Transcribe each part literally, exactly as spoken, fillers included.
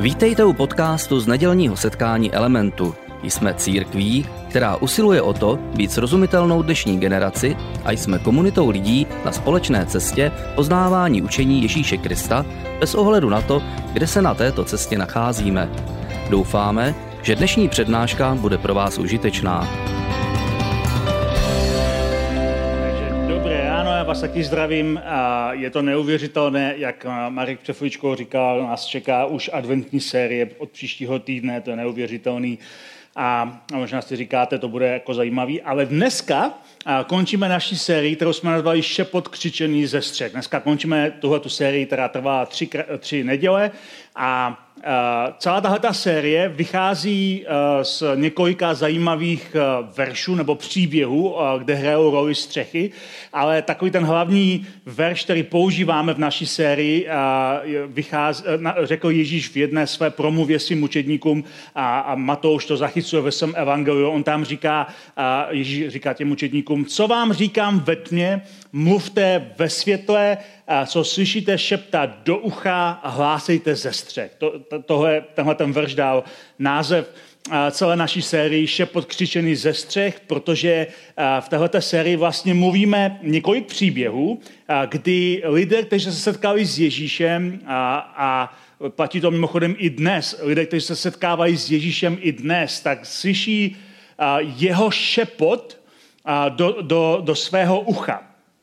Vítejte u podcastu z nedělního setkání Elementu. Jsme církví, která usiluje o to být srozumitelnou dnešní generaci a jsme komunitou lidí na společné cestě poznávání učení Ježíše Krista bez ohledu na to, kde se na této cestě nacházíme. Doufáme, že dnešní přednáška bude pro vás užitečná. Dobré ráno, já vás taky zdravím. Je to neuvěřitelné, jak Marek před chviličkou říkal, nás čeká už adventní série od příštího týdne, to je neuvěřitelný. A možná si říkáte, to bude jako zajímavý, ale dneska končíme naši sérii, kterou jsme nazvali Šepot křičený ze střech. Dneska končíme tuhletu sérii, která trvá tři, tři neděle a Uh, celá tahleta série vychází uh, z několika zajímavých uh, veršů nebo příběhů, uh, kde hrajou roli střechy, ale takový ten hlavní verš, který používáme v naší sérii, uh, vychází, uh, na, řekl Ježíš v jedné své promluvě svým učedníkům a, a Matouš to zachycuje ve svém evangeliu. On tam říká, uh, Ježíš říká těm učedníkům, co vám říkám ve tmě, mluvte ve světle, a co slyšíte šeptat do ucha a hlásejte ze střech. To, to, tohle, tenhle ten verš dal název celé naší sérii Šepot křičený ze střech, protože v téhleté sérii vlastně mluvíme několik příběhů, kdy lidé, kteří se setkali s Ježíšem a, a platí to mimochodem i dnes, lidé, kteří se setkávají s Ježíšem i dnes, tak slyší jeho šepot do, do, do svého ucha.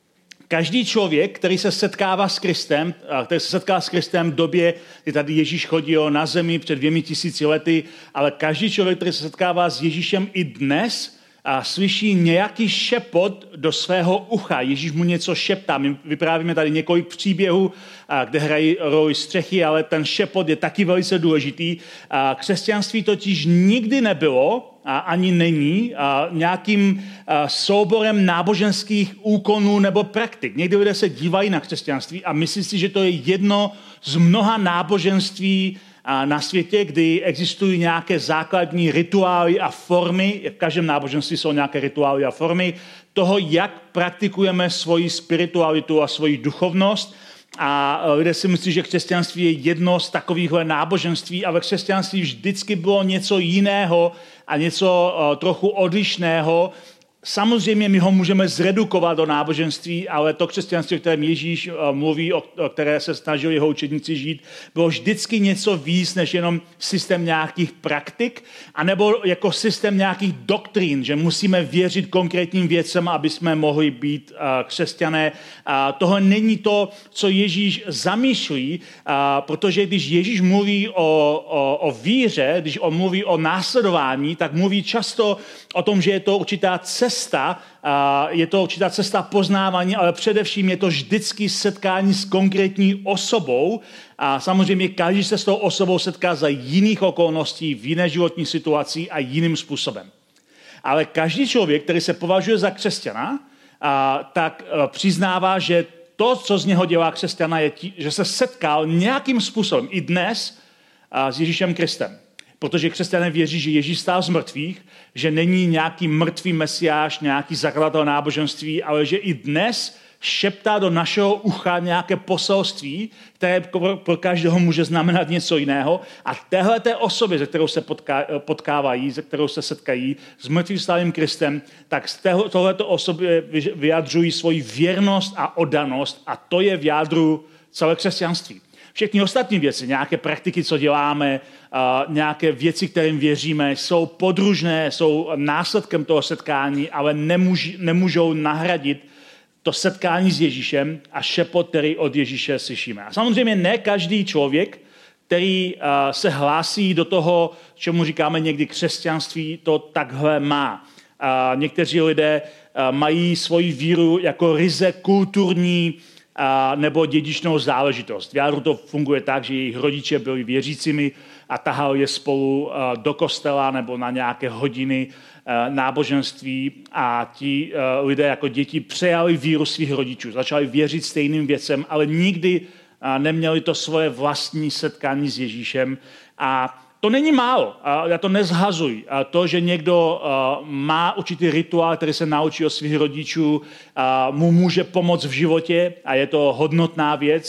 Každý člověk, který se setkává s Kristem, který se setkává s Kristem v době, kdy tady Ježíš chodil na zemi před dvěmi tisíci lety, ale každý člověk, který se setkává s Ježíšem i dnes, a slyší nějaký šepot do svého ucha. Ježíš mu něco šeptá. My vyprávíme tady několik příběhů, kde hrají roli střechy, ale ten šepot je taky velice důležitý. Křesťanství totiž nikdy nebylo a ani není a nějakým souborem náboženských úkonů nebo praktik. Někdy lidé se dívají na křesťanství a myslí si, že to je jedno z mnoha náboženství na světě, kdy existují nějaké základní rituály a formy, v každém náboženství jsou nějaké rituály a formy toho, jak praktikujeme svoji spiritualitu a svoji duchovnost. A lidé si myslí, že křesťanství je jedno z takovýchhle náboženství, ale v křesťanství vždycky bylo něco jiného a něco trochu odlišného. Samozřejmě my ho můžeme zredukovat do náboženství, ale to křesťanství, o kterém Ježíš mluví, o které se snažili jeho učedníci žít, bylo vždycky něco víc než jenom systém nějakých praktik, anebo jako systém nějakých doktrín, že musíme věřit konkrétním věcem, aby jsme mohli být křesťané. Tohle není to, co Ježíš zamýšlí, protože když Ježíš mluví o, o, o víře, když on mluví o následování, tak mluví často o tom, že je to určitá cesta, je to určitá cesta poznávání, ale především je to vždycky setkání s konkrétní osobou a samozřejmě každý se s tou osobou setká za jiných okolností, v jiné životní situaci a jiným způsobem. Ale každý člověk, který se považuje za křesťana, tak přiznává, že to, co z něho dělá křesťana, je, tí, že se setkal nějakým způsobem i dnes s Ježíšem Kristem. Protože křesťané věří, že Ježíš stál z mrtvých, že není nějaký mrtvý mesiáš, nějaký zakladatel náboženství, ale že i dnes šeptá do našeho ucha nějaké poselství, které pro každého může znamenat něco jiného. A téhleté osobě, se kterou se potká, potkávají, se kterou se setkají s mrtvým stálým Kristem, tak z tohleto osobě vyjadřují svoji věrnost a oddanost a to je v jádru celé křesťanství. Všechny ostatní věci, nějaké praktiky, co děláme, uh, nějaké věci, kterým věříme, jsou podružné, jsou následkem toho setkání, ale nemůž, nemůžou nahradit to setkání s Ježíšem a šepot, který od Ježíše slyšíme. A samozřejmě ne každý člověk, který uh, se hlásí do toho, čemu říkáme někdy křesťanství, to takhle má. Uh, někteří lidé uh, mají svoji víru jako ryze kulturní a nebo dědičnou záležitost. V jádru to funguje tak, že jejich rodiče byli věřícími a tahali je spolu do kostela nebo na nějaké hodiny náboženství a ti lidé jako děti přejali víru svých rodičů. Začali věřit stejným věcem, ale nikdy neměli to svoje vlastní setkání s Ježíšem a to není málo, já to nezhazuji. To, že někdo má určitý rituál, který se naučí od svých rodičů, mu může pomoct v životě a je to hodnotná věc,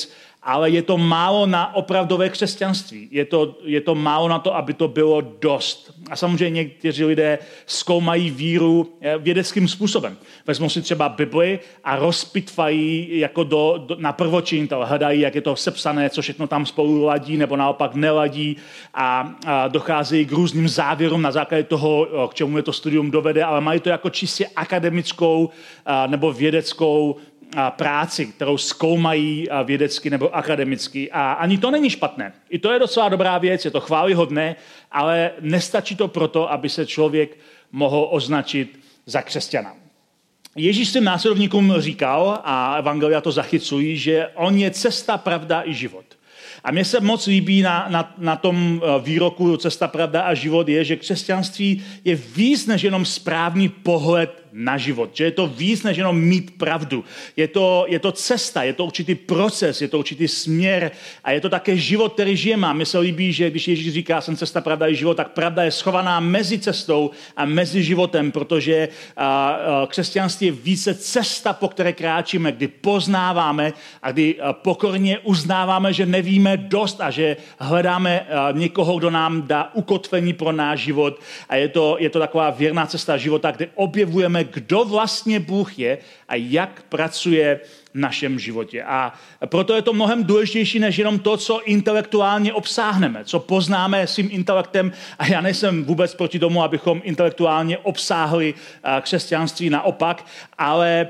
ale je to málo na opravdové křesťanství. Je to, je to málo na to, aby to bylo dost. A samozřejmě někteří lidé zkoumají víru vědeckým způsobem. Vezmou si třeba Bibli a rozpitvají jako do, do, na prvočinitel, hledají, jak je to sepsané, co všechno tam spolu ladí nebo naopak neladí a, a docházejí k různým závěrům na základě toho, k čemu je to studium dovede, ale mají to jako čistě akademickou a, nebo vědeckou a, práci, kterou zkoumají a, vědecky nebo akademicky. A ani to není špatné. I to je docela dobrá věc, je to chvályhodné, ale nestačí to proto, aby se člověk mohl označit za křesťana. Ježíš svým následovníkům říkal, a evangelia to zachycují, že on je cesta, pravda i život. A mně se moc líbí na, na, na tom výroku cesta, pravda a život je, že křesťanství je víc než jenom správný pohled na život. Že je to víc než jenom mít pravdu. Je to, je to cesta, je to určitý proces, je to určitý směr a je to také život, který žijeme. A mně se líbí, že když Ježíš říká, jsem cesta, pravda i život, tak pravda je schovaná mezi cestou a mezi životem, protože a, a, křesťanství je více cesta, po které kráčíme, kdy poznáváme a kdy a, pokorně uznáváme, že nevíme dost a že hledáme a, někoho, kdo nám dá ukotvení pro náš život. A je to, je to taková věrná cesta života, kde objevujeme, kdo vlastně Bůh je a jak pracuje v našem životě. A proto je to mnohem důležitější, než jenom to, co intelektuálně obsáhneme, co poznáme svým intelektem. A já nejsem vůbec proti tomu, abychom intelektuálně obsáhli křesťanství, naopak, ale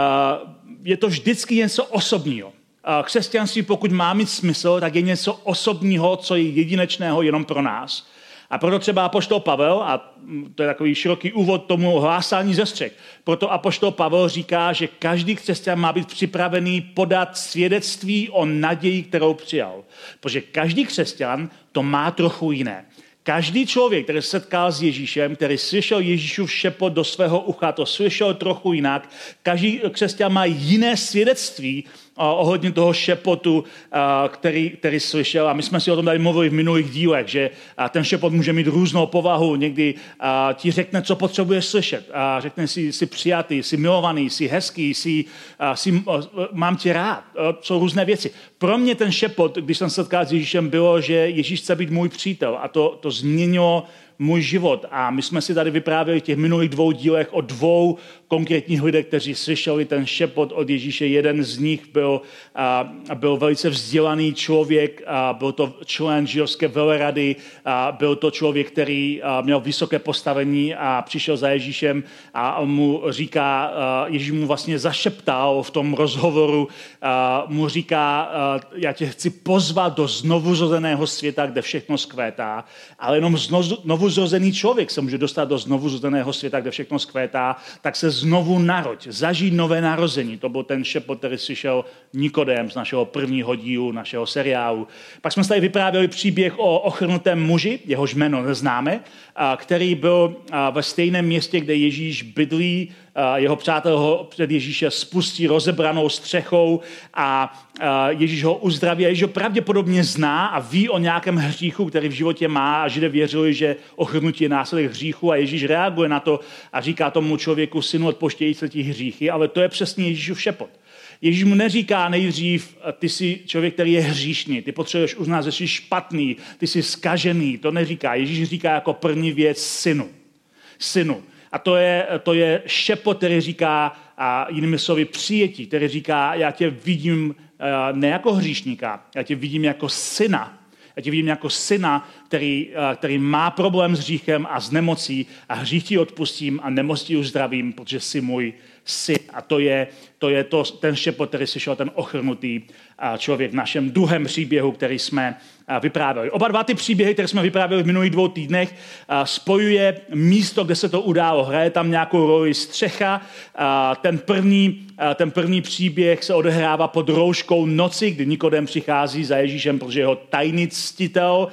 je to vždycky něco osobního. Křesťanství, pokud má mít smysl, tak je něco osobního, co je jedinečného jenom pro nás. A proto třeba apoštol Pavel, a to je takový široký úvod tomu hlásání ze střech, proto apoštol Pavel říká, že každý křesťan má být připravený podat svědectví o naději, kterou přijal. Protože každý křesťan to má trochu jiné. Každý člověk, který se setkal s Ježíšem, který slyšel Ježíšův šepot do svého ucha, to slyšel trochu jinak. Každý křesťan má jiné svědectví ohledně toho šepotu, který, který slyšel. A my jsme si o tom tady mluvili v minulých dílech, že ten šepot může mít různou povahu. Někdy ti řekne, co potřebuješ slyšet. Řekne si, jsi přijatý, jsi milovaný, jsi hezký, jsi, jsi, mám tě rád. Jsou různé věci. Pro mě ten šepot, když jsem se setkal s Ježíšem, bylo, že Ježíš chce být můj přítel. A to, to změnilo můj život. A my jsme si tady vyprávěli v těch minulých dvou dílech o dvou konkrétních lidech, kteří slyšeli ten šepot od Ježíše. Jeden z nich byl, a, byl velice vzdělaný člověk, a byl to člen židovské velerady, a byl to člověk, který a, měl vysoké postavení a přišel za Ježíšem a on mu říká, a, Ježíš mu vlastně zašeptal v tom rozhovoru, a, mu říká, a, já tě chci pozvat do znovuzrozeného světa, kde všechno zkvétá, ale jenom znovu zrozený člověk se může dostat do znovuzrozeného světa, kde všechno zkvétá, tak se znovu naroď, zažít nové narození. To byl ten šepot, který slyšel Nikodém z našeho prvního dílu, našeho seriálu. Pak jsme tady vyprávěli příběh o ochrnutém muži, jehož jméno neznáme, který byl ve stejném městě, kde Ježíš bydlí. Jeho přátel ho před Ježíše spustí rozebranou střechou a Ježíš ho uzdraví. A Ježíš ho pravděpodobně zná a ví o nějakém hříchu, který v životě má a Židé věřili, že ochrnutí je následek hříchu a Ježíš reaguje na to a říká tomu člověku, synu, odpouštějí se ti hříchy, ale to je přesně Ježíšův šepot. Ježíš mu neříká nejdřív, ty jsi člověk, který je hříšný, ty potřebuješ uznat, že jsi špatný, ty jsi zkažený, to neříká. Ježíš říká jako první věc synu. Synu. A to je, to je šepot, který říká, a jinými slovy přijetí, který říká, já tě vidím ne jako hříšníka, já tě vidím jako syna. Já tě vidím jako syna, který, který má problém s hříchem a s nemocí a hřích ti odpustím a nemoc ti uzdravím, protože jsi můj syn. A to je, to je to, ten šepot, který slyšel ten ochrnutý člověk v našem druhém příběhu, který jsme vyprávěli. Oba dva ty příběhy, které jsme vyprávěli v minulých dvou týdnech, spojuje místo, kde se to událo. Hraje tam nějakou roli střecha. Ten první, ten první příběh se odehrává pod rouškou noci, kdy Nikodém přichází za Ježíšem, protože je ho tajný ctitel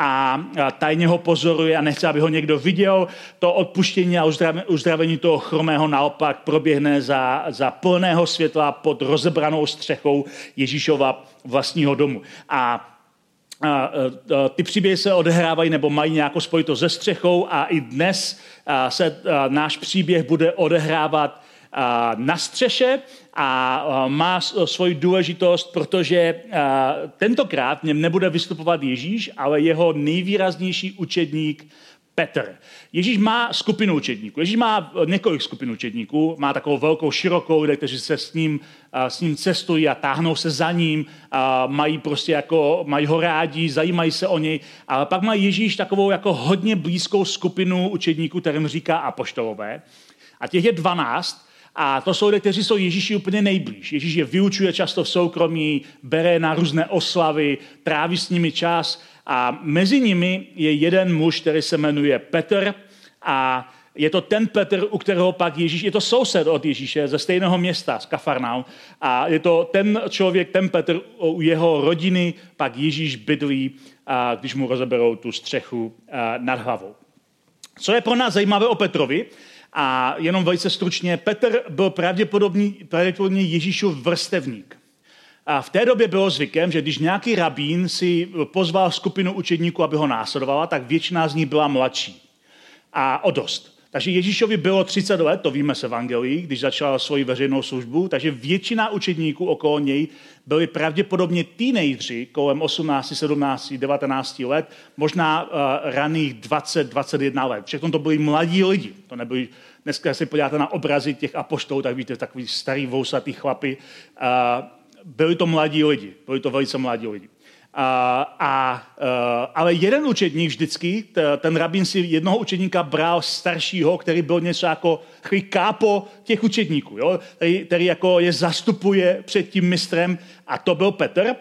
a tajně ho pozoruje a nechce, aby ho někdo viděl. To odpuštění a uzdravení toho chromého naopak proběhne za, za plného světla pod rozebranou střechou Ježíšova vlastního domu. A A, a, a, ty příběhy se odehrávají nebo mají nějakou spojitost se střechou a i dnes a, se a, náš příběh bude odehrávat na střeše a má svoji důležitost, protože tentokrát v něm nebude vystupovat Ježíš, ale jeho nejvýraznější učedník Petr. Ježíš má skupinu učedníků. Ježíš má několik skupin učedníků, má takovou velkou, širokou, kteří se s ním, s ním cestují a táhnou se za ním, a mají prostě jako, mají ho rádi, zajímají se o něj, ale pak má Ježíš takovou jako hodně blízkou skupinu učedníků, kterým říká apoštolové. A těch je dvanáct. A to jsou lidé, kteří jsou Ježíši úplně nejblíž. Ježíš je vyučuje často v soukromí, bere na různé oslavy, tráví s nimi čas. A mezi nimi je jeden muž, který se jmenuje Petr a je to ten Petr, u kterého pak Ježíš, je to soused od Ježíše ze stejného města, z Kafarnaum, a je to ten člověk, ten Petr, u jeho rodiny pak Ježíš bydlí, a když mu rozeberou tu střechu nad hlavou. Co je pro nás zajímavé o Petrovi, a jenom velice stručně, Petr byl pravděpodobně, pravděpodobně Ježíšův vrstevník. A v té době bylo zvykem, že když nějaký rabín si pozval skupinu učedníků, aby ho následovala, tak většina z nich byla mladší. A o dost. Takže Ježíšovi bylo třicet let, to víme z evangelií, když začal svoji veřejnou službu, takže většina učedníků okolo něj byli pravděpodobně teenageři kolem osmnáct, sedmnáct, devatenáct let, možná uh, raných dvacet, dvacet jedna let. Všechno to byli mladí lidi. To nebyli, dneska se podíváte na obrazy těch apoštolů, tak víte, takový starý vousatý chlapi. Uh, byli to mladí lidi, byli to velice mladí lidi. A, a, ale jeden učedník vždycky, ten rabín si jednoho učedníka bral staršího, který byl něco jako takový kápo těch učedníků, jo? Který, který jako je zastupuje před tím mistrem, a to byl Petr.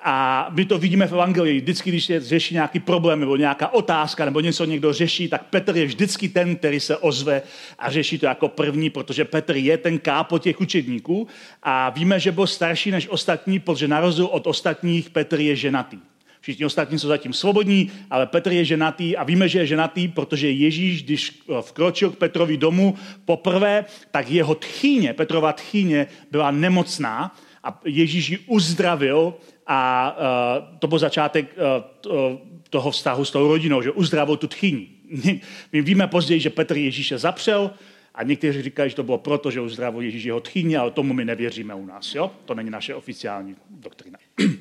A my to vidíme v evangelii. Vždycky, když se řeší nějaký problém nebo nějaká otázka nebo něco někdo řeší, tak Petr je vždycky ten, který se ozve a řeší to jako první, protože Petr je ten kápo těch učedníků a víme, že byl starší než ostatní, protože na rozdíl od ostatních Petr je ženatý. Všichni ostatní jsou zatím svobodní, ale Petr je ženatý a víme, že je ženatý, protože Ježíš, když vkročil k Petrovi domu poprvé, tak jeho tchýně, Petrova tchýně byla nemocná a Ježíš ji uzdravil. A uh, to byl začátek uh, toho vztahu s tou rodinou, že uzdravil tu tchýni. My víme později, že Petr Ježíše zapřel a někteří říkají, že to bylo proto, že uzdravil Ježíš jeho tchýni, ale tomu my nevěříme u nás. Jo? To není naše oficiální doktrina.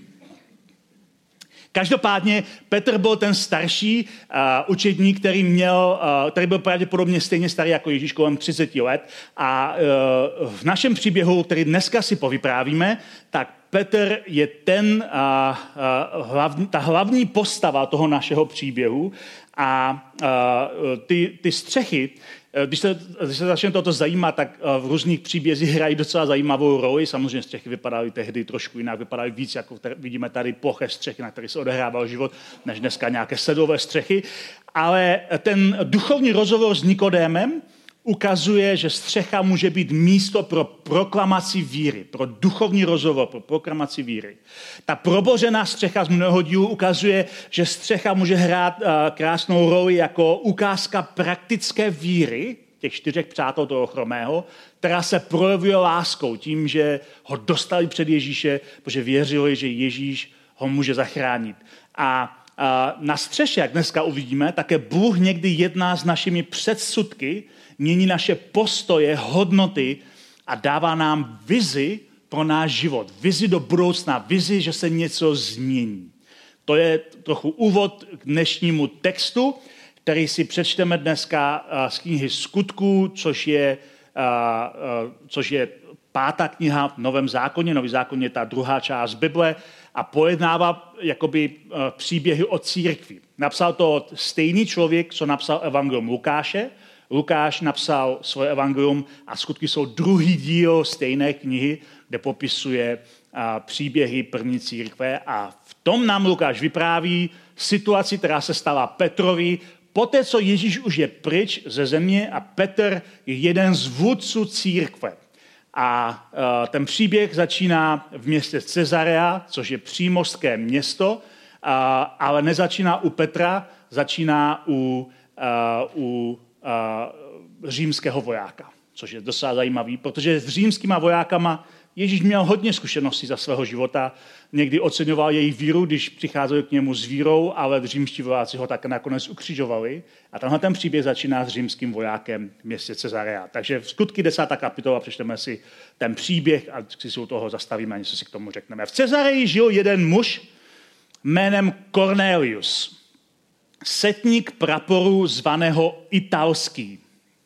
Každopádně Petr byl ten starší uh, učedník, který, měl, uh, který byl pravděpodobně stejně starý jako Ježíš, kolem třicet let. A uh, v našem příběhu, který dneska si povyprávíme, tak Petr je ten, uh, uh, hlavní, ta hlavní postava toho našeho příběhu a uh, ty, ty střechy, Když se, když se začne toto zajímat, tak v různých příbězích hrají docela zajímavou roli. Samozřejmě střechy vypadaly tehdy trošku jinak, vypadaly víc, jako tady, vidíme tady ploché střechy, na kterých se odehrával život, než dneska nějaké sedlové střechy. Ale ten duchovní rozhovor s Nikodémem ukazuje, že střecha může být místo pro proklamaci víry, pro duchovní rozhovor, pro proklamaci víry. Ta probořená střecha z mnoho dílů ukazuje, že střecha může hrát uh, krásnou roli jako ukázka praktické víry těch čtyřech přátel toho chromého, která se projevuje láskou tím, že ho dostali před Ježíše, protože věřili, že Ježíš ho může zachránit. A uh, na střeše, jak dneska uvidíme, také Bůh někdy jedná s našimi předsudky, mění naše postoje, hodnoty a dává nám vizi pro náš život. Vizi do budoucna, vizi, že se něco změní. To je trochu úvod k dnešnímu textu, který si přečteme dneska z knihy Skutků, což je, což je pátá kniha v Novém zákoně. Nový zákon je ta druhá část Bible a pojednává jakoby příběhy o církvi. Napsal to stejný člověk, co napsal evangelium Lukáše. Lukáš napsal svoje evangelium a Skutky jsou druhý díl stejné knihy, kde popisuje příběhy první církve a v tom nám Lukáš vypráví situaci, která se stala Petrovi, poté, co Ježíš už je pryč ze země a Petr je jeden z vůdců církve. A ten příběh začíná v městě Cezarea, což je přímořské město, ale nezačíná u Petra, začíná u, u římského vojáka, což je docela zajímavý, protože s římskýma vojákama Ježíš měl hodně zkušeností za svého života, někdy oceňoval jejich víru, když přicházeli k němu s vírou, ale římští vojáci ho také nakonec ukřižovali. A tenhle ten příběh začíná s římským vojákem v městě Cezarea. Takže v Skutky desátá kapitola, přečteme si ten příběh a si se u toho zastavíme a něco si k tomu řekneme. V Cezareji žil jeden muž jménem Cornelius, setník praporu zvaného Italský.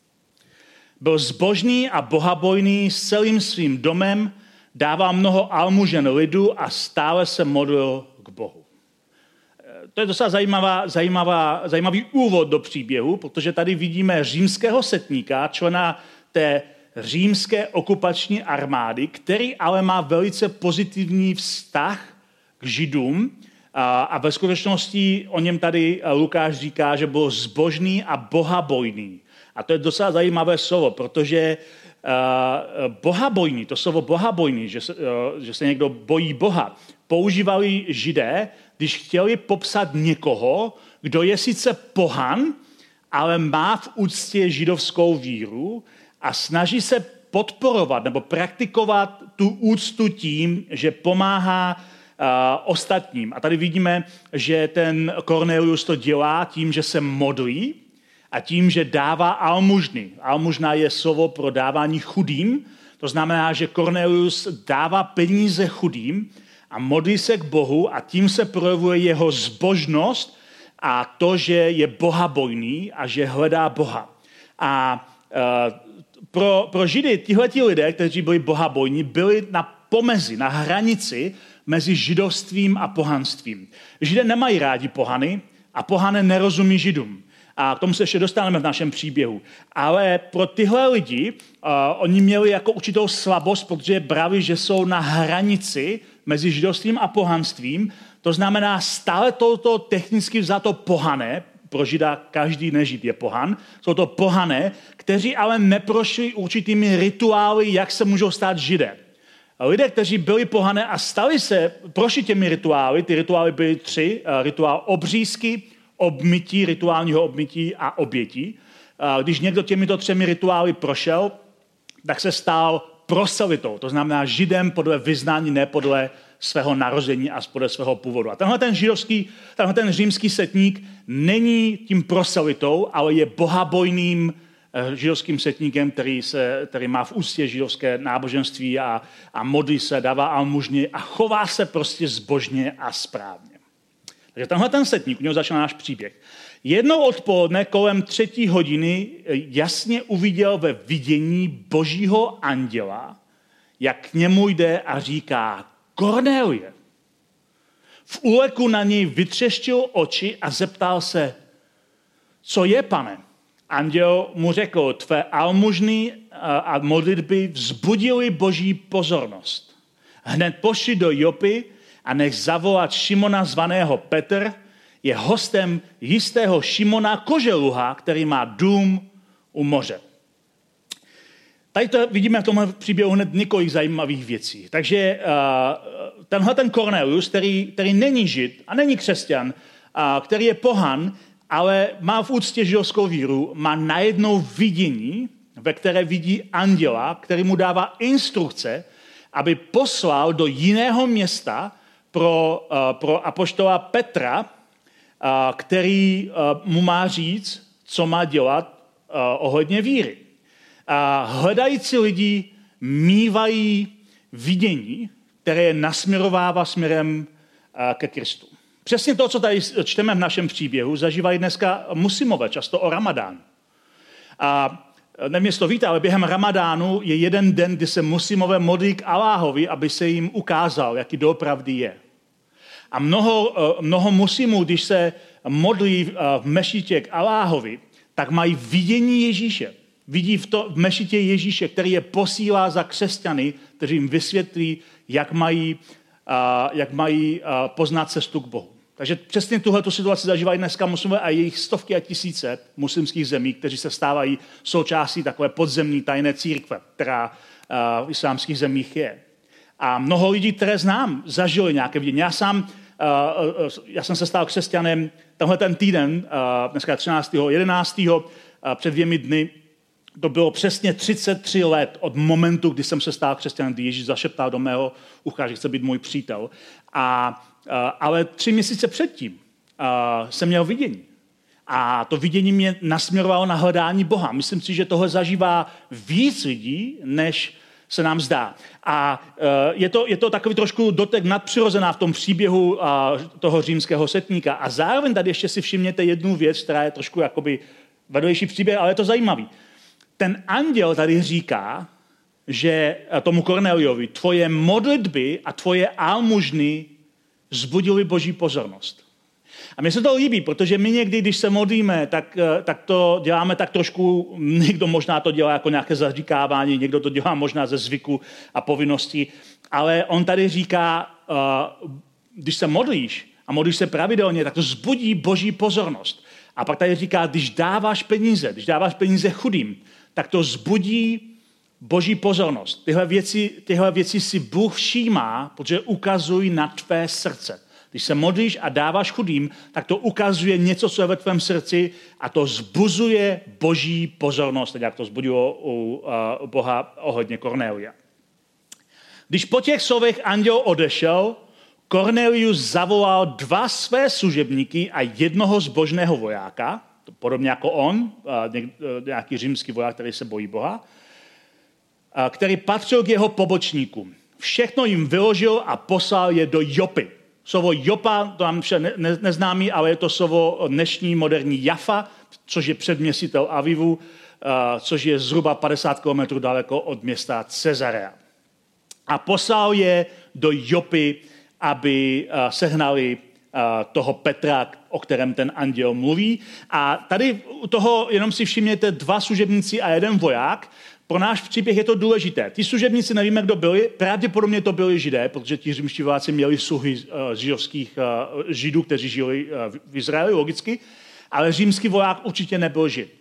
Byl zbožný a bohabojný s celým svým domem, dával mnoho almužen lidu a stále se modlil k Bohu. To je docela zajímavá, zajímavá, zajímavý úvod do příběhu, protože tady vidíme římského setníka, člena té římské okupační armády, který ale má velice pozitivní vztah k Židům a, a ve skutečnosti o něm tady Lukáš říká, že byl zbožný a bohabojný. A to je docela zajímavé slovo, protože uh, bohabojný, to slovo bohabojný, že se, uh, že se někdo bojí Boha, používali Židé, když chtěli popsat někoho, kdo je sice pohan, ale má v úctě židovskou víru a snaží se podporovat nebo praktikovat tu úctu tím, že pomáhá uh, ostatním. A tady vidíme, že ten Cornelius to dělá tím, že se modlí, a tím, že dává almužny. Almužna je slovo pro dávání chudým. To znamená, že Cornelius dává peníze chudým a modlí se k Bohu a tím se projevuje jeho zbožnost a to, že je bohabojný a že hledá Boha. A uh, pro, pro Židy tihleti lidé, kteří byli bohabojní, byli na pomezi, na hranici mezi židovstvím a pohanstvím. Židé nemají rádi pohany a pohané nerozumí Židům. A k tomu se ještě dostaneme v našem příběhu. Ale pro tyhle lidi, uh, oni měli jako určitou slabost, protože brali, že jsou na hranici mezi židovstvím a pohanstvím. To znamená stále toto technicky vzato pohané, pro Žida každý nežid je pohan, jsou to pohané, kteří ale neprošli určitými rituály, jak se můžou stát Židé. Lidé, kteří byli pohané a stali se, prošli těmi rituály, ty rituály byly tři, uh, rituál obřízky, obmytí, rituálního obmytí a obětí. Když někdo těmito třemi rituály prošel, tak se stal proselitou, to znamená Židem podle vyznání, ne podle svého narození a podle svého původu. A tenhle ten židovský, tenhle ten římský setník není tím proselitou, ale je bohabojným židovským setníkem, který, se, který má v úctě židovské náboženství a, a modlí se, dává almužny a chová se prostě zbožně a správně. Takže tenhle ten setník, u něho začal náš příběh. Jednou odpoledne kolem třetí hodiny jasně uviděl ve vidění božího anděla, jak k němu jde a říká: Kornélie. V úleku na něj vytřeštil oči a zeptal se: co je, pane? Anděl mu řekl: tvé almužny a modlitby vzbudily boží pozornost. Hned pošli do Jopy a nech zavolat Šimona zvaného Petr, je hostem jistého Šimona Koželuha, který má dům u moře. Tady to vidíme v tomhle příběhu hned několik zajímavých věcí. Takže uh, tenhle ten Cornelius, který, který není žid a není křesťan, uh, který je pohan, ale má v úctě židovskou víru, má najednou vidění, ve které vidí anděla, který mu dává instrukce, aby poslal do jiného města pro, uh, pro apoštola Petra, uh, který uh, mu má říct, co má dělat uh, ohledně víry. A hledající lidi mívají vidění, které je nasměrovává směrem uh, ke Kristu. Přesně to, co tady čteme v našem příběhu, zažívají dneska muslimové, často o Ramadánu. A nevím, jestli to víte, ale během Ramadánu je jeden den, kdy se muslimové modlí k Alláhovi, aby se jim ukázal, jaký doopravdy je. A mnoho, mnoho muslimů, když se modlí v mešitě k Alláhovi, tak mají vidění Ježíše. Vidí v, to, v mešitě Ježíše, který je posílá za křesťany, kteří jim vysvětlí, jak mají, jak mají poznat cestu k Bohu. Takže přesně tuhletu situaci zažívají dneska muslimové a jejich stovky a tisíce muslimských zemí, kteří se stávají součástí takové podzemní tajné církve, která v islámských zemích je. A mnoho lidí, které znám, zažili nějaké vidění. Já sám, já jsem se stal křesťanem tenhle ten týden, dneska třináctého jedenáctého před dvěmi dny, to bylo přesně třicet tři let od momentu, kdy jsem se stal křesťanem, kdy Ježíš zašeptal do mého ucha, že chce být můj přítel. A, a, ale tři měsíce předtím a, jsem měl vidění. A to vidění mě nasměrovalo na hledání Boha. Myslím si, že tohle zažívá víc lidí, než se nám zdá. A je to, je to takový trošku dotek nadpřirozená v tom příběhu toho římského setníka. A zároveň tady ještě si všimněte jednu věc, která je trošku jakoby vedlejší příběh, ale je to zajímavý. Ten anděl tady říká, že tomu Korneliovi, tvoje modlitby a tvoje almužny vzbudily Boží pozornost. A mně se to líbí, protože my někdy, když se modlíme, tak, tak to děláme tak trošku, někdo možná to dělá jako nějaké zaříkávání, někdo to dělá možná ze zvyku a povinnosti, ale on tady říká, když se modlíš a modlíš se pravidelně, tak to vzbudí Boží pozornost. A pak tady říká, když dáváš peníze, když dáváš peníze chudým, tak to vzbudí Boží pozornost. Tyhle věci, tyhle věci si Bůh všímá, protože ukazují na tvé srdce. Když se modlíš a dáváš chudým, tak to ukazuje něco, co je ve tvém srdci a to vzbuzuje Boží pozornost, tak jak to vzbudilo u uh, Boha ohledně Kornélia. Když po těch slovech anděl odešel, Kornelius zavolal dva své služebníky a jednoho zbožného vojáka, podobně jako on, uh, nějaký římský voják, který se bojí Boha, uh, který patřil k jeho pobočníkům. Všechno jim vyložil a poslal je do Jopy. Slovo Jopa, to nám vše ne, ne, neznámý, ale je to slovo dnešní moderní Jafa, což je předměstitel Avivu, uh, což je zhruba padesát kilometrů daleko od města Cezarea. A poslal je do Jopy, aby uh, sehnali uh, toho Petra, o kterém ten anděl mluví. A tady u toho jenom si všimněte dva služebníci a jeden voják. Pro náš příběh je to důležité. Ti služebníci nevíme, kdo byli, pravděpodobně to byli Židé, protože ti římští vojáci měli sluhy uh, židovských uh, Židů, kteří žili uh, v Izraeli, logicky, ale římský voják určitě nebyl Žid.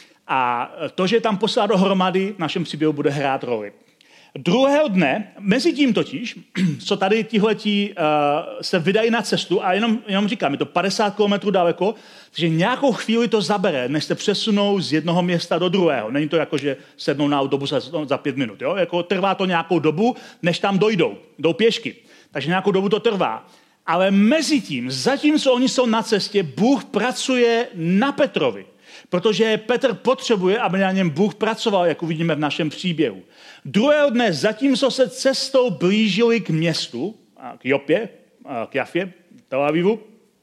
A to, že tam poslal dohromady, v našem příběhu bude hrát roli. Druhého dne, mezi tím totiž, co tady tihletí uh, se vydají na cestu, a jenom, jenom říkám, je to padesát kilometrů daleko, takže nějakou chvíli to zabere, než se přesunou z jednoho města do druhého. Není to jako, že sednou na autobus za pět minut. Jo? Jako trvá to nějakou dobu, než tam dojdou. Jdou pěšky. Takže nějakou dobu to trvá. Ale mezi tím, zatímco oni jsou na cestě, Bůh pracuje na Petrovi. Protože Petr potřebuje, aby na něm Bůh pracoval, jak uvidíme v našem příběhu. Druhého dne, zatímco se cestou blížili k městu, k Jopě, k Jafě, Tel Avivu,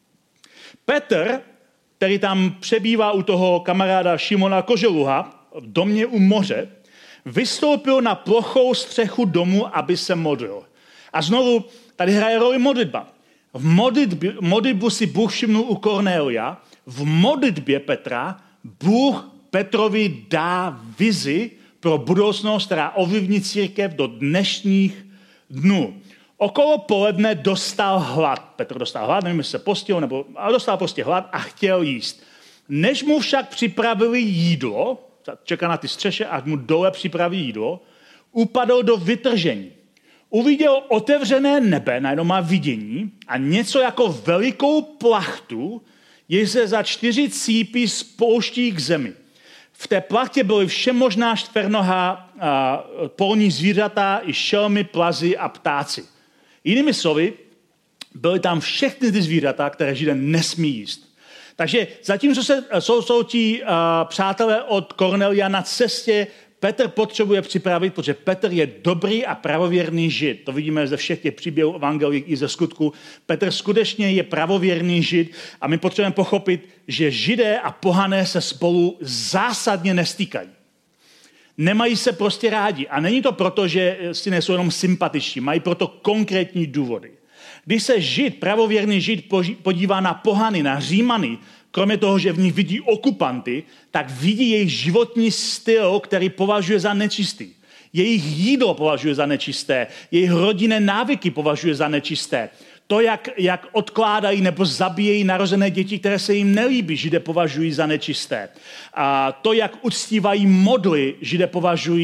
Petr, který tam přebývá u toho kamaráda Šimona Koželuha v domě u moře, vystoupil na plochou střechu domu, aby se modlil. A znovu tady hraje roli modlitba. V modlitbě, modlitbu si Bůh všimnul u Kornélia, v modlitbě Petra Bůh Petrovi dá vizi pro budoucnost, která ovlivní církev do dnešních dnů. Okolo poledne dostal hlad. Petr dostal hlad, nevím, jestli se postil, nebo, ale dostal prostě hlad a chtěl jíst. Než mu však připravili jídlo, čeká na ty střeše, až mu dole připraví jídlo, upadl do vytržení. Uviděl otevřené nebe, najednou má vidění a něco jako velikou plachtu, jež se za čtyři cípy spouští k zemi. V té plachtě byly všemožná čtvernohá polní zvířata, i šelmy, plazy a ptáci. Jinými slovy, byly tam všechny ty zvířata, které Židé nesmí jíst. Takže zatímco se, jsou, jsou ti uh, přátelé od Kornelia na cestě, Petr potřebuje připravit, protože Petr je dobrý a pravověrný Žid. To vidíme ze všech těch příběhů evangelí i ze skutku. Petr skutečně je pravověrný Žid a my potřebujeme pochopit, že Židé a pohané se spolu zásadně nestýkají. Nemají se prostě rádi. A není to proto, že si nejsou jenom sympatičtí, mají proto konkrétní důvody. Když se Žid, pravověrný Žid podívá na pohany, na Římany, kromě toho, že v nich vidí okupanty, tak vidí jejich životní styl, který považuje za nečistý. Jejich jídlo považuje za nečisté, jejich rodinné návyky považuje za nečisté. To, jak, jak odkládají nebo zabíjejí narozené děti, které se jim nelíbí, Židé považují za nečisté. A to, jak uctívají modly, Židé považují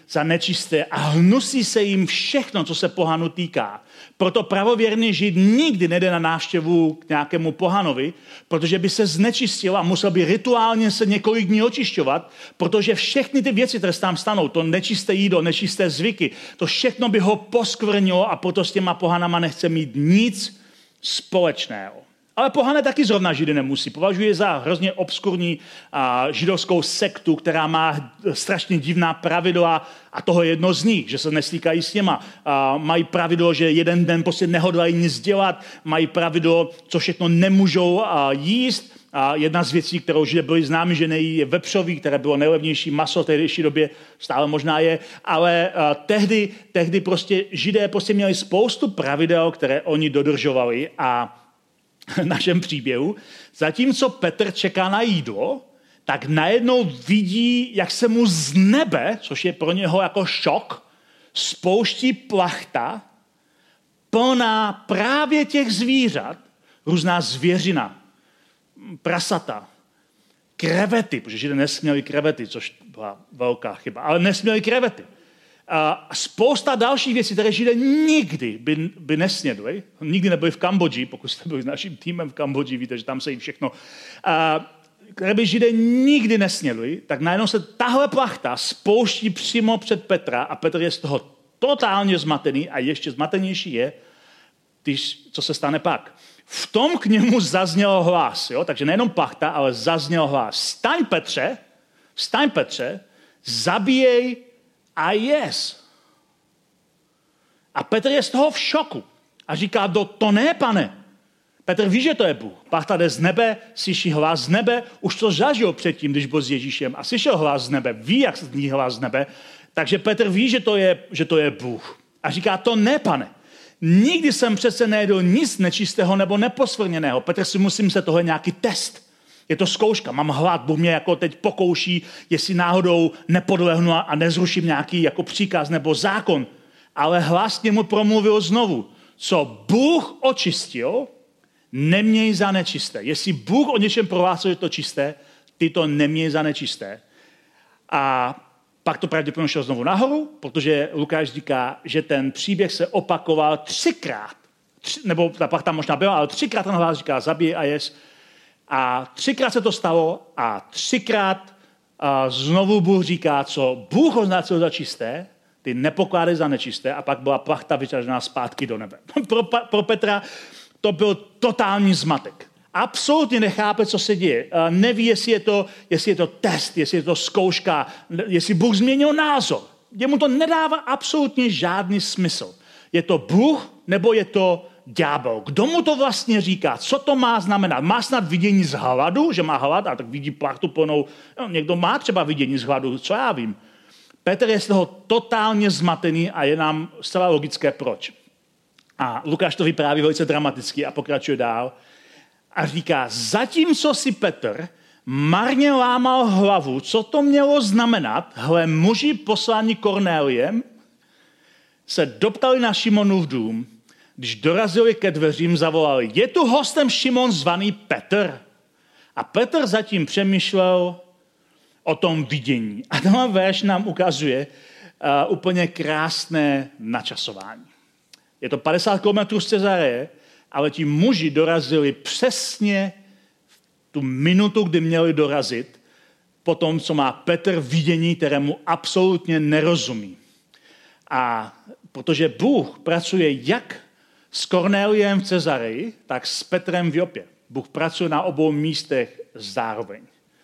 za nečisté a hnusí se jim všechno, co se pohanu týká. Proto pravověrný žid nikdy nejde na návštěvu k nějakému pohanovi, protože by se znečistil a musel by rituálně se několik dní očišťovat, protože všechny ty věci, které tam stanou, to nečisté jídlo, nečisté zvyky, to všechno by ho poskvrnilo a proto s těma pohanama nechce mít nic společného. Ale pohané taky zrovna židy nemusí. Považuje za hrozně obskurní a, židovskou sektu, která má strašně divná pravidla a toho je jedno z nich, že se nestýkají s něma. A, mají pravidlo, že jeden den prostě nehodlají nic dělat, mají pravidlo, co všechno nemůžou a, jíst. A jedna z věcí, kterou židé byli známi, že nejí, je vepřový, které bylo nejlevnější maso v tehdejší době, stále možná je, ale a, tehdy, tehdy prostě židé prostě měli spoustu pravidel, které oni dodržovali a našem příběhu, zatímco Petr čeká na jídlo, tak najednou vidí, jak se mu z nebe, což je pro něho jako šok, spouští plachta plná právě těch zvířat, různá zvěřina, prasata, krevety, protože Židé nesměli krevety, což byla velká chyba, ale nesměli krevety. A spousta dalších věcí, které Židé nikdy by, by nesnědli. Nikdy nebyli v Kambodži, pokud jste byli s naším týmem v Kambodži, víte, že tam se jim všechno, a, které by Židé nikdy nesnědli, tak najednou se tahle plachta spouští přímo před Petra a Petr je z toho totálně zmatený a ještě zmatenější je, když, co se stane pak. V tom k němu zazněl hlas, jo? Takže nejenom plachta, ale zazněl hlas. Vstaň Petře, vstaň Petře, zabíjej a jes. A Petr je z toho v šoku. A říká, do, to ne, pane. Petr ví, že to je Bůh. Plachta jde z nebe, slyší hlas z nebe, už to zažil předtím, když byl s Ježíšem a slyšel hlas z nebe, ví, jak zní hlas z nebe, takže Petr ví, že to je, že to je Bůh. A říká, to ne, pane. Nikdy jsem přece nejedl nic nečistého nebo neposvrněného. Petr si musím se toho nějaký test. Je to zkouška, mám hlad, Bůh mě jako teď pokouší, jestli náhodou nepodlehnu a nezruším nějaký jako příkaz nebo zákon. Ale hlas k němu promluvil znovu. Co Bůh očistil, neměj za nečisté. Jestli Bůh o něčem prohlásil, že to čisté, ty to neměj za nečisté. A pak to pravděpodobně šlo znovu nahoru, protože Lukáš říká, že ten příběh se opakoval třikrát. Tři, nebo pak tam možná byla, ale třikrát ten hlas říká, zabij a jes. A třikrát se to stalo a třikrát a znovu Bůh říká, co Bůh označil za čisté, ty nepokládej za nečisté a pak byla plachta vytažená zpátky do nebe. Pro, pro Petra to byl totální zmatek. Absolutně nechápe, co se děje. Neví, jestli je to, jestli je to test, jestli je to zkouška, jestli Bůh změnil názor. Jemu to nedává absolutně žádný smysl. Je to Bůh nebo je to ďábel? Kdo mu to vlastně říká? Co to má znamenat? Má snad vidění z hladu, že má hlad a tak vidí plachtu plnou. No, někdo má třeba vidění z hladu, co já vím. Petr je z toho totálně zmatený a je nám zcela logické proč. A Lukáš to vypráví velice dramaticky a pokračuje dál. A říká, zatímco si Petr marně lámal hlavu, co to mělo znamenat, hle, muži poslani Kornéliem se doptali na Šimonův dům, když dorazili ke dveřím, zavolali, je tu hostem Šimon zvaný Petr? A Petr zatím přemýšlel o tom vidění. A tenhle verš nám ukazuje uh, úplně krásné načasování. Je to padesát kilometrů z Cezareje, ale ti muži dorazili přesně v tu minutu, kdy měli dorazit, po tom, co má Petr vidění, kterému absolutně nerozumí. A protože Bůh pracuje jak s Kornéliem v Cezareji, tak s Petrem v Jopě. Bůh pracuje na obou místech zároveň.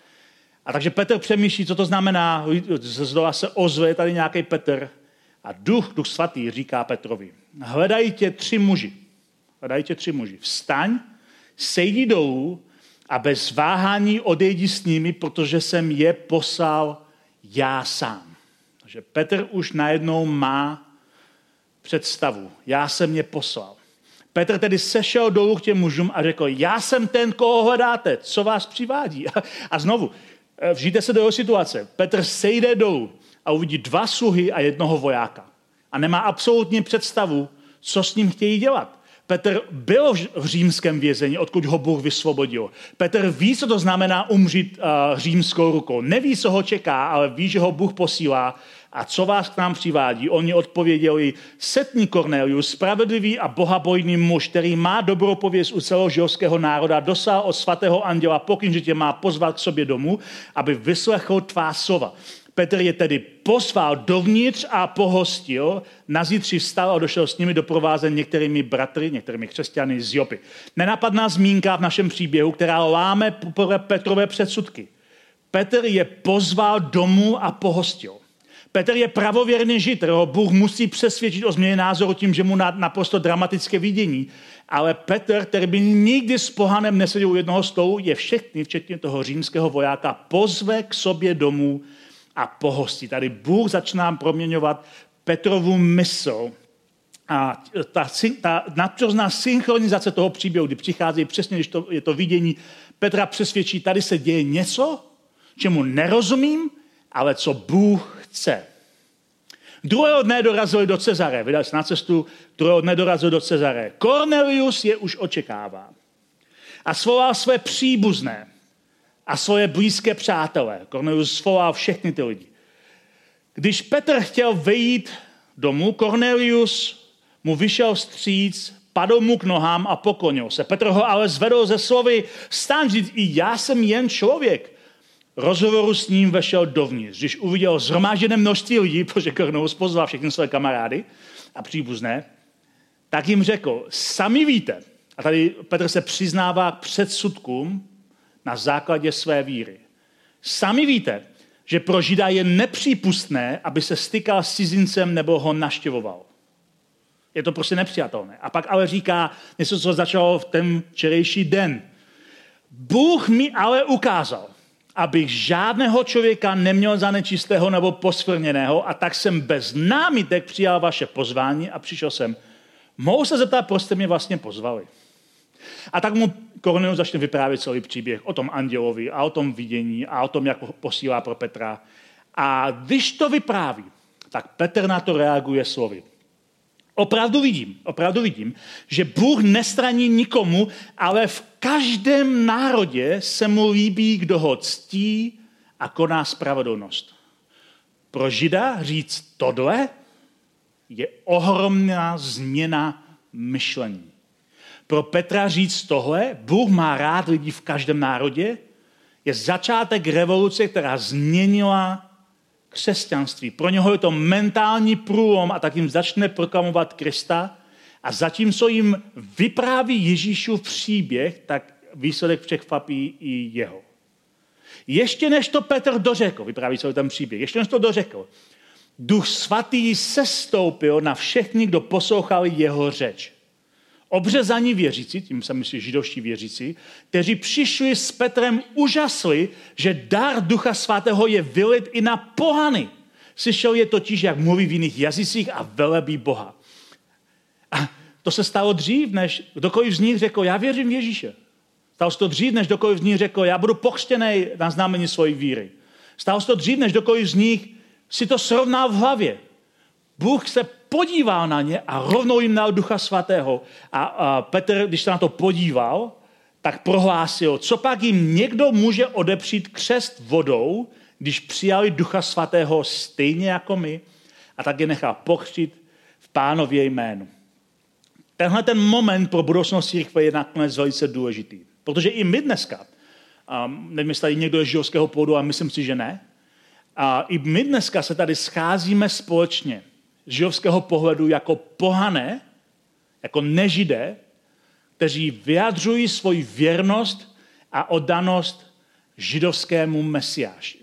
A takže Petr přemýšlí, co to znamená, ze zdola se ozve tady nějaký Petr a duch, duch svatý říká Petrovi, hledají tě tři muži. Hledají tě tři muži. Vstaň, sejdi dolů a bez váhání odejdi s nimi, protože jsem je poslal já sám. Takže Petr už najednou má představu. Já jsem je poslal. Petr tedy sešel dolů k těm mužům a řekl, já jsem ten, koho hledáte, co vás přivádí. A znovu, vžijte se do jeho situace. Petr sejde dolů a uvidí dva sluhy a jednoho vojáka. A nemá absolutně představu, co s ním chtějí dělat. Petr byl v římském vězení, odkud ho Bůh vysvobodil. Petr ví, co to znamená umřít uh, římskou rukou. Neví, co ho čeká, ale ví, že ho Bůh posílá a co vás k nám přivádí? Oni odpověděli, setní Kornelius, spravedlivý a bohabojný muž, který má dobrou pověst u celého židovského národa, dosáhl od svatého anděla pokyn, že tě má pozvat k sobě domů, aby vyslechl tvá slova. Petr je tedy pozval dovnitř a pohostil, nazítří vstal a došel s nimi doprovázen některými bratry, některými křesťany z Jopy. Nenapadná zmínka v našem příběhu, která láme Petrové předsudky. Petr je pozval domů a pohostil. Petr je pravověrný žid, kterého Bůh musí přesvědčit o změně názoru tím, že mu na naprosto dramatické vidění. Ale Petr, který by nikdy s pohanem neseděl u jednoho stolu, je všechny, včetně toho římského vojáka, pozve k sobě domů a pohostí. Tady Bůh začíná proměňovat Petrovu mysl. A ta, ta nadpřirozená synchronizace toho příběhu, kdy přichází přesně, když to, je to vidění, Petra přesvědčí, tady se děje něco, čemu nerozumím, ale co Bůh chce. Druhého dne dorazili do Cezare. Vydali se na cestu, druhého dne dorazili do Cezare. Kornelius je už očekává. A svolal své příbuzné a svoje blízké přátelé. Kornelius svolal všechny ty lidi. Když Petr chtěl vejít domů, Kornelius mu vyšel vstříc, padl mu k nohám a poklonil se. Petr ho ale zvedl ze slovy, vstaň, říct, i já jsem jen člověk. Rozhovoru s ním vešel dovnitř. Když uviděl zhromážděné množství lidí, protože Kornelius pozval všechny své kamarády a příbuzné, tak jim řekl, sami víte, a tady Petr se přiznává k předsudkům na základě své víry. Sami víte, že pro Žida je nepřípustné, aby se stykal s cizincem nebo ho navštěvoval. Je to prostě nepřijatelné. A pak ale říká něco, co začalo v ten včerejší den. Bůh mi ale ukázal, abych žádného člověka neměl za nečistého nebo poskvrněného, a tak jsem bez námitek přijal vaše pozvání a přišel jsem. Mohu se zeptat, proč jste mě vlastně pozvali? A tak mu Kornelius začne vyprávět celý příběh o tom andělovi a o tom vidění a o tom, jak posílá pro Petra. A když to vypráví, tak Petr na to reaguje slovy. Opravdu vidím, opravdu vidím, že Bůh nestraní nikomu, ale v každém národě se mu líbí, kdo ho ctí a koná spravedlnost. Pro Žida říct tohle je ohromná změna myšlení. Pro Petra říct tohle, Bůh má rád lidí v každém národě, je začátek revoluce, která změnila křesťanství. Pro něho je to mentální průlom a tak jim začne proklamovat Krista a zatímco jim vypráví Ježíšův příběh, tak výsledek překvapí i jeho. Ještě než to Petr dořekl, vypráví celý ten příběh, ještě než to dořekl, Duch svatý sestoupil na všechny, kdo poslouchali jeho řeč. Obřezaní věřící, tím se myslí židovští věřící, kteří přišli s Petrem, úžasli, že dar Ducha svatého je vylit i na pohany. Slyšel je totiž, jak mluví v jiných jazycích a velebí Boha. A to se stalo dřív, než kdokoliv z nich řekl, já věřím v Ježíše. Stalo se to dřív, než kdokoliv z nich řekl, já budu pokřtěný na znamení svojí víry. Stalo se to dřív, než kdokoliv z nich si to srovnal v hlavě. Bůh se podíval na ně a rovnou jim dal Ducha svatého. A, a Petr, když se na to podíval, tak prohlásil, co pak jim někdo může odepřít křest vodou, když přijali Ducha svatého stejně jako my, a tak je nechal pokřtít v Pánově jménu. Tenhle ten moment pro budoucnost církve je nakonec velice důležitý. Protože i my dneska, um, nevím, jestli tady někdo je z židovského původu, ale myslím si, že ne, a i my dneska se tady scházíme společně z židovského pohledu jako pohané, jako nežidé, kteří vyjadřují svoji věrnost a oddanost židovskému mesiáši.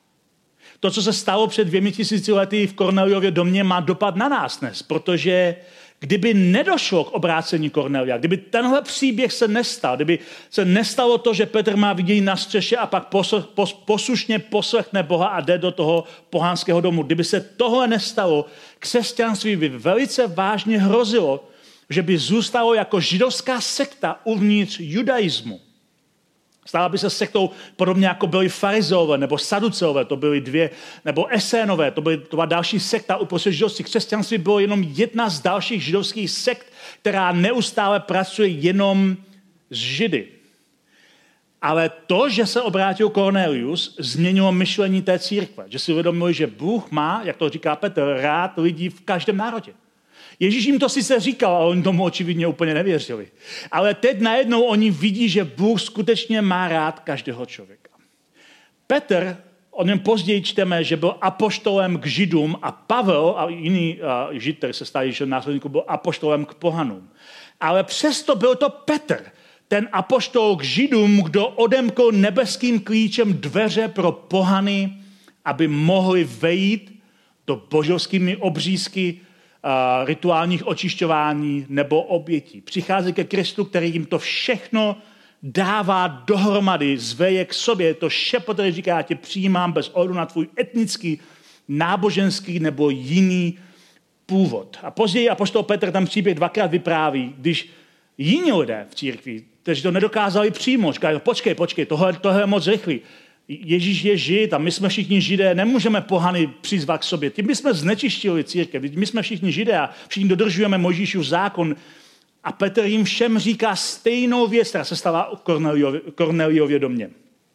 To, co se stalo před dvěmi tisíci lety v Korneliově domě, má dopad na nás dnes, protože kdyby nedošlo k obrácení Kornelia, kdyby tenhle příběh se nestal, kdyby se nestalo to, že Petr má vidění na střeše a pak poslušně poslechne Boha a jde do toho pohanského domu, kdyby se tohle nestalo, křesťanství by velice vážně hrozilo, že by zůstalo jako židovská sekta uvnitř judaismu. Stala by se sektou podobně jako byli farizeové nebo saduceové, to byly dvě, nebo esénové, to, byly, to byla další sekta uprostřed židovství. Křesťanství bylo jenom jedna z dalších židovských sekt, která neustále pracuje jenom s Židy. Ale to, že se obrátil Cornelius, změnilo myšlení té církve. Že si uvědomili, že Bůh má, jak to říká Petr, rád lidí v každém národě. Ježíš jim to sice říkal, ale oni tomu očividně úplně nevěřili. Ale teď najednou oni vidí, že Bůh skutečně má rád každého člověka. Petr, o něm později čteme, že byl apoštolem k Židům a Pavel a jiný uh, Žid, který se stal Ježíšem následníků, byl apoštolem k pohanům. Ale přesto byl to Petr, ten apoštol k Židům, kdo odemkl nebeským klíčem dveře pro pohany, aby mohli vejít do božovskými obřízky, uh, rituálních očišťování nebo obětí. Přichází ke Kristu, který jim to všechno dává dohromady, zveje k sobě. To šepo, který říká, já tě přijímám bez ohledu na tvůj etnický, náboženský nebo jiný původ. A později apoštol Petr tam příběh dvakrát vypráví, když jiní lidé v církvi, kteří to nedokázali přijmout, říkají, počkej, počkej, tohle, tohle je moc rychlý. Ježíš je Žid a my jsme všichni Židé, nemůžeme pohany přizvat k sobě. Tím bychom znečištili církev, my jsme všichni Židé a všichni dodržujeme Mojžíšův zákon. A Petr jim všem říká stejnou věc, která se stala Korneliově domě.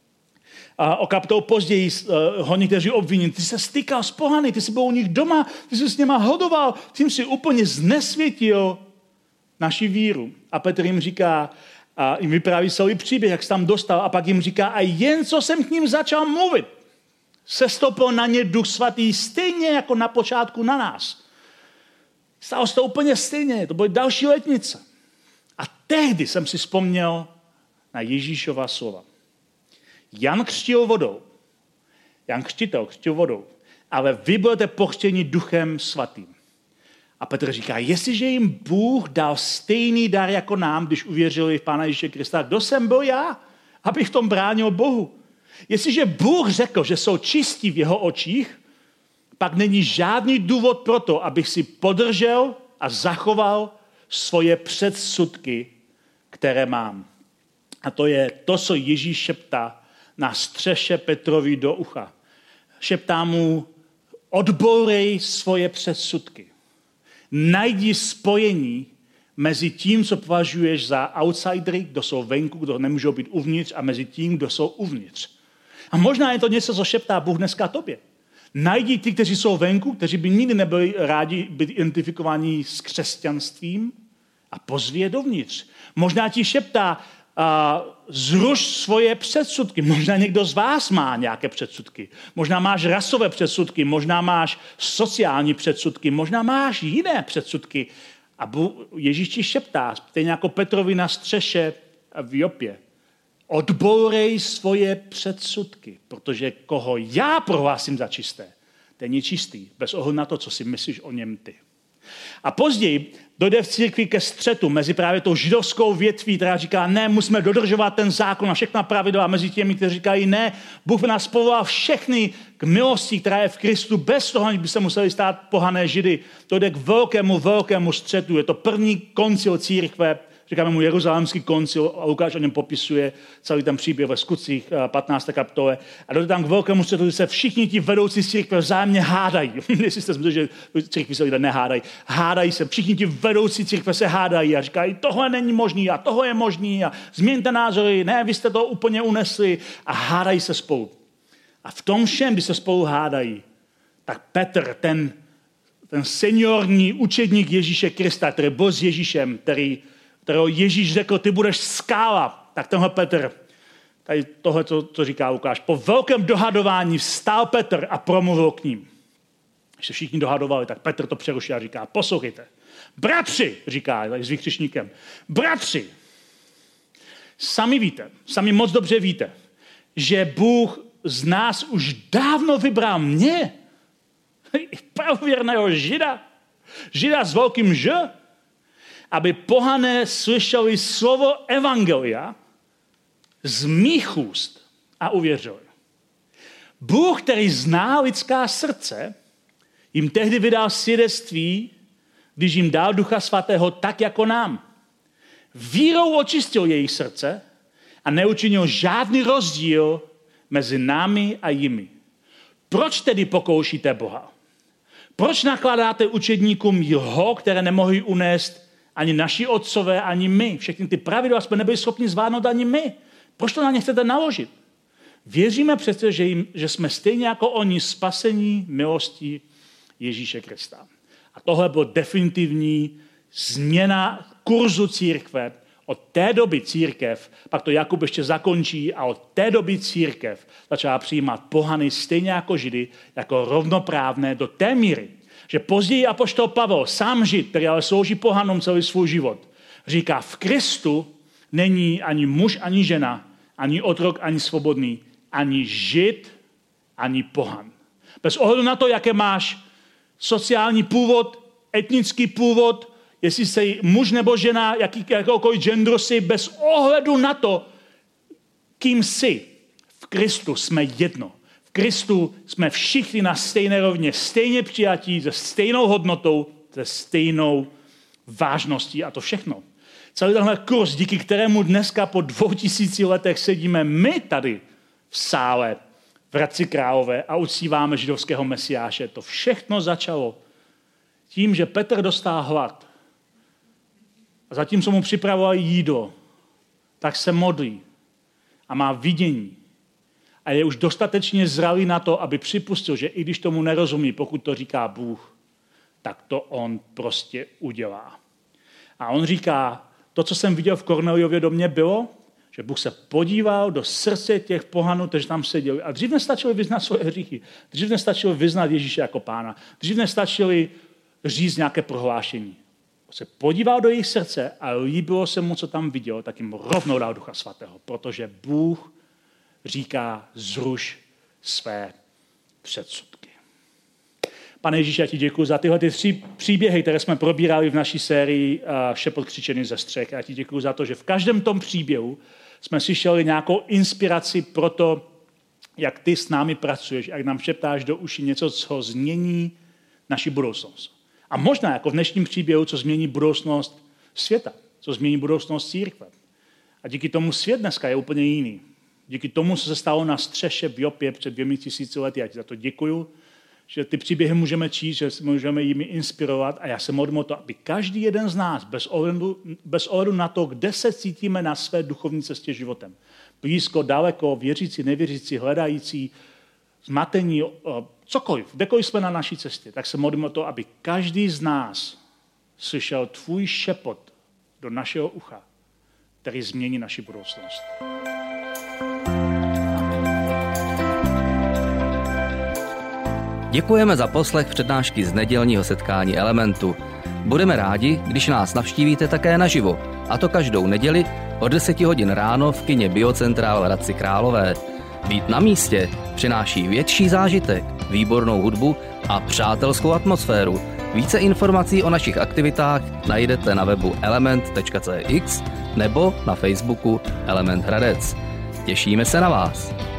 A o kapitolu později ho někteří obviní. Ty se stykal s pohany, ty jsi byl u nich doma, ty jsi s něma hodoval, tím si úplně znesvětil naši víru. A Petr jim říká, a jim vypráví celý příběh, jak se tam dostal, a pak jim říká, a jen co jsem k ním začal mluvit, sestoupil na ně Duch Svatý stejně jako na počátku na nás. Stalo se to úplně stejně, to byly další letnice. A tehdy jsem si vzpomněl na Ježíšova slova. Jan křtil vodou. Jan křtitel křtil vodou. Ale vy budete pokřtěni Duchem Svatým. A Petr říká, jestliže jim Bůh dal stejný dar jako nám, když uvěřili v Pána Ježíše Krista, kdo jsem byl já, abych v tom bránil Bohu? Jestliže Bůh řekl, že jsou čistí v jeho očích, pak není žádný důvod pro to, abych si podržel a zachoval svoje předsudky, které mám. A to je to, co Ježíš šeptá na střeše Petrovi do ucha. Šeptá mu, odbourej svoje předsudky. Najdi spojení mezi tím, co považuješ za outsidery, kdo jsou venku, kdo nemůžou být uvnitř, a mezi tím, kdo jsou uvnitř. A možná je to něco, co šeptá Bůh dneska tobě. Najdi ty, kteří jsou venku, kteří by nikdy nebyli rádi být identifikovaní s křesťanstvím, a pozvi je dovnitř. Možná ti šeptá, uh, zruš svoje předsudky. Možná někdo z vás má nějaké předsudky. Možná máš rasové předsudky, možná máš sociální předsudky, možná máš jiné předsudky. A Bůh, Ježíš ti šeptá, stejně jako Petrovi na střeše v Jopě. Odbourej svoje předsudky, protože koho já prohlásím za čisté, ten je čistý, bez ohledu na to, co si myslíš o něm ty. A později dojde v církvi ke střetu mezi právě tou židovskou větví, která říká, ne, musíme dodržovat ten zákon a všechna pravidla, mezi těmi, kteří říkají, ne, Bůh nás povolal všechny k milosti, která je v Kristu, bez toho, aniž by se museli stát pohané Židy. Dojde k velkému, velkému střetu. Je to první koncil církve, říkáme mu Jeruzalémský koncil, a Lukáš o něm popisuje celý ten příběh ve Skutcích patnácté kapitole. A dojde tam k velkému střetu, kdy se všichni ti vedoucí církve vzájemně hádají. Jestli jste mysleli, že církvi se lidé nehádají. Hádají se, všichni ti vedoucí církve se hádají a říkají, tohle není možný a tohle je možný a změňte názory, ne, vy jste to úplně unesli, a hádají se spolu. A v tom všem, když se spolu hádají, tak Petr, ten, ten seniorní učedník Ježíše Krista, který byl s Ježíšem, který kterého Ježíš řekl, ty budeš skála, tak tenhle Petr, tady tohle, co, co říká Lukáš, po velkém dohadování vstal Petr a promluvil k ním. Když se všichni dohadovali, tak Petr to přerušil a říká, poslouchejte, bratři, říká s výkřičníkem, bratři, sami víte, sami moc dobře víte, že Bůh z nás už dávno vybral mě, pravověrného Žida, Žida s velkým Ž, aby pohané slyšeli slovo evangelia z mých úst a uvěřili. Bůh, který zná lidská srdce, jim tehdy vydal svědectví, když jim dal Ducha Svatého tak jako nám. Vírou očistil jejich srdce a neučinil žádný rozdíl mezi námi a jimi. Proč tedy pokoušíte Boha? Proč nakládáte učedníkům jeho, které nemohli unést ani naši otcové, ani my? Všechny ty pravidla jsme nebyli schopni zvládnout ani my. Proč to na ně chcete naložit? Věříme přece, že, jim, že jsme stejně jako oni spasení milostí Ježíše Krista. A tohle bylo definitivní změna kurzu církve. Od té doby církev, pak to Jakub ještě zakončí, a od té doby církev začala přijímat pohany stejně jako Židy, jako rovnoprávné do té míry, že později apoštol Pavel, sám Žid, který ale slouží pohanům celý svůj život, říká, v Kristu není ani muž, ani žena, ani otrok, ani svobodný, ani Žid, ani pohan. Bez ohledu na to, jaké máš sociální původ, etnický původ, jestli jsi muž nebo žena, jaký, jakoukoliv genderu jsi, bez ohledu na to, kým jsi. V Kristu jsme jedno. V Kristu jsme všichni na stejné rovně, stejně přijatí, se stejnou hodnotou, se stejnou vážností a to všechno. Celý tenhle kurz, díky kterému dneska po dvou tisíci letech sedíme my tady v sále v Hradci Králové a uctíváme židovského mesiáše, to všechno začalo tím, že Petr dostal hlad. A zatímco mu připravovali jídlo, tak se modlí a má vidění. A je už dostatečně zralý na to, aby připustil, že i když tomu nerozumí, pokud to říká Bůh, tak to on prostě udělá. A on říká, to, co jsem viděl v Korneliově domě, bylo, že Bůh se podíval do srdce těch pohanů, kteří tam seděli. A dřív nestačili vyznat svoje hříchy. Dřív nestačili vyznat Ježíše jako pána. Dřív nestačili říct nějaké prohlášení. Se podíval do jejich srdce a líbilo se mu, co tam viděl, tak jim rovnou dal Ducha Svatého, protože Bůh říká, zruš své předsudky. Pane Ježíši, já ti děkuji za tyhle ty tři příběhy, které jsme probírali v naší sérii Šepot křičený ze střech. Já ti děkuji za to, že v každém tom příběhu jsme slyšeli nějakou inspiraci pro to, jak ty s námi pracuješ, jak nám šeptáš do uší něco, co změní naši budoucnost. A možná jako v dnešním příběhu, co změní budoucnost světa, co změní budoucnost církve. A díky tomu svět dneska je úplně jiný. Díky tomu, co se stalo na střeše v Jopě před dvěmi tisíci lety. Já ti za to děkuju, že ty příběhy můžeme číst, že můžeme jimi inspirovat a já se modlím o to, aby každý jeden z nás, bez ohledu, bez ohledu na to, kde se cítíme na své duchovní cestě životem, blízko, daleko, věřící, nevěřící, hledající, zmatení, cokoliv, kdekoliv jsme na naší cestě, tak se modlím o to, aby každý z nás slyšel tvůj šepot do našeho ucha, který změní naši budoucnost. Děkujeme za poslech přednášky z nedělního setkání Elementu. Budeme rádi, když nás navštívíte také naživo, a to každou neděli od deseti hodin ráno v kině Biocentrál v Hradci Králové. Být na místě přináší větší zážitek, výbornou hudbu a přátelskou atmosféru. Více informací o našich aktivitách najdete na webu element tečka cé x nebo na Facebooku Element Hradec. Těšíme se na vás.